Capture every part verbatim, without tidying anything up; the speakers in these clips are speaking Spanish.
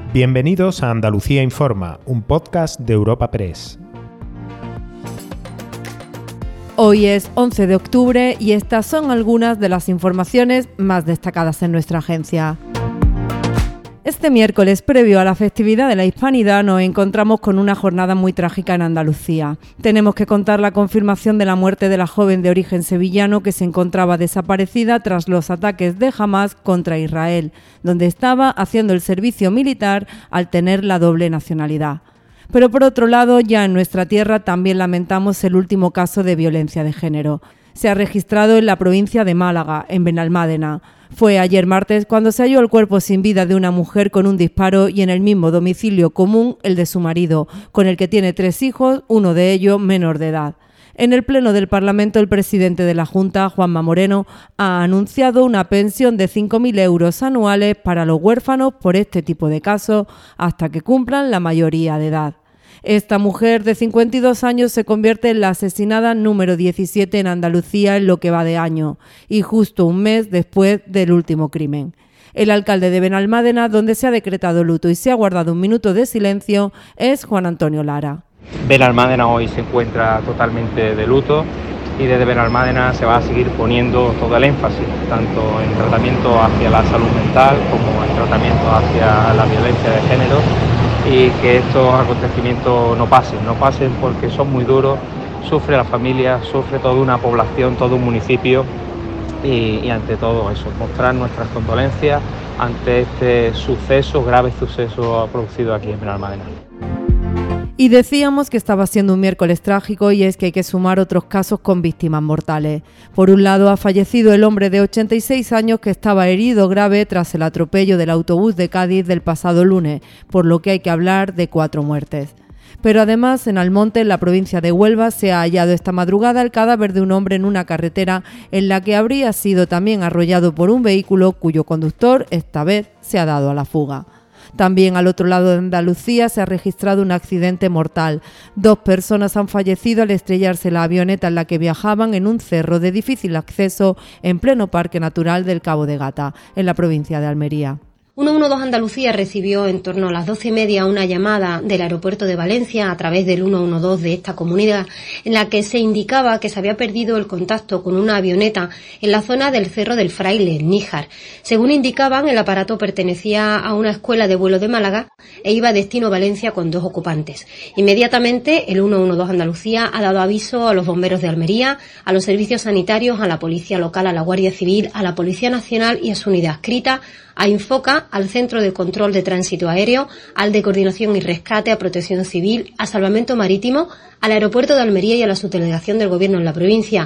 Bienvenidos a Andalucía Informa, un podcast de Europa Press. Hoy es once de octubre y estas son algunas de las informaciones más destacadas en nuestra agencia. Este miércoles, previo a la festividad de la Hispanidad, nos encontramos con una jornada muy trágica en Andalucía. Tenemos que contar la confirmación de la muerte de la joven de origen sevillano que se encontraba desaparecida tras los ataques de Hamás contra Israel, donde estaba haciendo el servicio militar al tener la doble nacionalidad. Pero por otro lado, ya en nuestra tierra también lamentamos el último caso de violencia de género. Se ha registrado en la provincia de Málaga, en Benalmádena. Fue ayer martes cuando se halló el cuerpo sin vida de una mujer con un disparo y en el mismo domicilio común el de su marido, con el que tiene tres hijos, uno de ellos menor de edad. En el Pleno del Parlamento, el presidente de la Junta, Juanma Moreno, ha anunciado una pensión de cinco mil euros anuales para los huérfanos por este tipo de casos hasta que cumplan la mayoría de edad. Esta mujer de cincuenta y dos años se convierte en la asesinada número diecisiete en Andalucía en lo que va de año, y justo un mes después del último crimen. El alcalde de Benalmádena, donde se ha decretado luto y se ha guardado un minuto de silencio, es Juan Antonio Lara. Benalmádena hoy se encuentra totalmente de luto y desde Benalmádena se va a seguir poniendo todo el énfasis, tanto en tratamiento hacia la salud mental como en tratamiento hacia la violencia de género, y que estos acontecimientos no pasen, no pasen porque son muy duros, sufre la familia, sufre toda una población, todo un municipio y, y ante todo eso, mostrar nuestras condolencias ante este suceso, grave suceso producido aquí en Benalmádena. Y decíamos que estaba siendo un miércoles trágico y es que hay que sumar otros casos con víctimas mortales. Por un lado, ha fallecido el hombre de ochenta y seis años que estaba herido grave tras el atropello del autobús de Cádiz del pasado lunes, por lo que hay que hablar de cuatro muertes. Pero además, en Almonte, en la provincia de Huelva, se ha hallado esta madrugada el cadáver de un hombre en una carretera en la que habría sido también arrollado por un vehículo cuyo conductor, esta vez, se ha dado a la fuga. También al otro lado de Andalucía se ha registrado un accidente mortal. Dos personas han fallecido al estrellarse la avioneta en la que viajaban en un cerro de difícil acceso en pleno Parque Natural del Cabo de Gata, en la provincia de Almería. ciento doce Andalucía recibió en torno a las doce y media una llamada del aeropuerto de Valencia a través del ciento doce de esta comunidad en la que se indicaba que se había perdido el contacto con una avioneta en la zona del Cerro del Fraile, en Níjar. Según indicaban, el aparato pertenecía a una escuela de vuelo de Málaga e iba destino a Valencia con dos ocupantes. Inmediatamente el ciento doce Andalucía ha dado aviso a los bomberos de Almería, a los servicios sanitarios, a la policía local, a la Guardia Civil, a la Policía Nacional y a su unidad adscrita, a Infoca, al Centro de Control de Tránsito Aéreo, al de Coordinación y Rescate, a Protección Civil, a Salvamento Marítimo, al Aeropuerto de Almería y a la subdelegación del Gobierno en la provincia.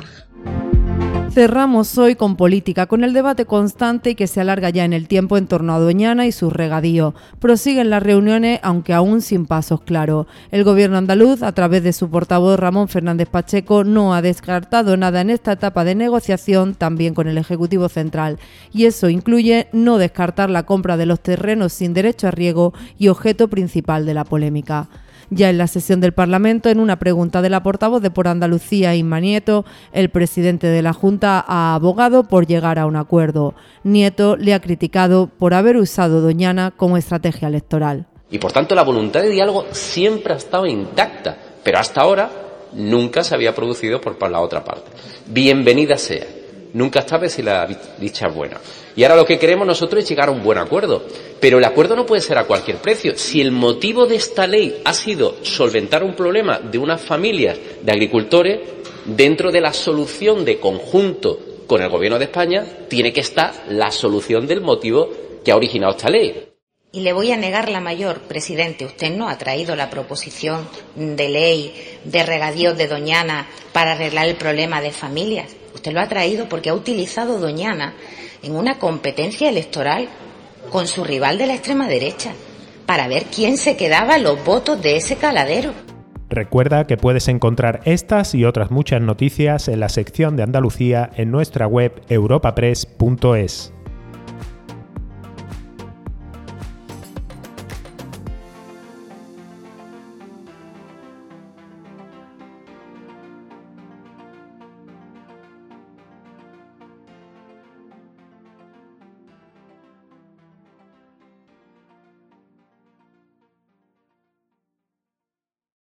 Cerramos hoy con política, con el debate constante y que se alarga ya en el tiempo en torno a Doñana y sus regadíos. Prosiguen las reuniones, aunque aún sin pasos claros. El Gobierno andaluz, a través de su portavoz Ramón Fernández Pacheco, no ha descartado nada en esta etapa de negociación, también con el Ejecutivo Central. Y eso incluye no descartar la compra de los terrenos sin derecho a riego y objeto principal de la polémica. Ya en la sesión del Parlamento, en una pregunta de la portavoz de Por Andalucía, Inma Nieto, el presidente de la Junta ha abogado por llegar a un acuerdo. Nieto le ha criticado por haber usado Doñana como estrategia electoral. Y por tanto la voluntad de diálogo siempre ha estado intacta, pero hasta ahora nunca se había producido por la otra parte. Bienvenida sea. Nunca sabe si la dicha es buena. Y ahora lo que queremos nosotros es llegar a un buen acuerdo. Pero el acuerdo no puede ser a cualquier precio. Si el motivo de esta ley ha sido solventar un problema de unas familias de agricultores, dentro de la solución de conjunto con el Gobierno de España, tiene que estar la solución del motivo que ha originado esta ley. Y le voy a negar la mayor, presidente. Usted no ha traído la proposición de ley de regadíos de Doñana para arreglar el problema de familias. Usted lo ha traído porque ha utilizado Doñana en una competencia electoral con su rival de la extrema derecha para ver quién se quedaba los votos de ese caladero. Recuerda que puedes encontrar estas y otras muchas noticias en la sección de Andalucía en nuestra web europapress punto es.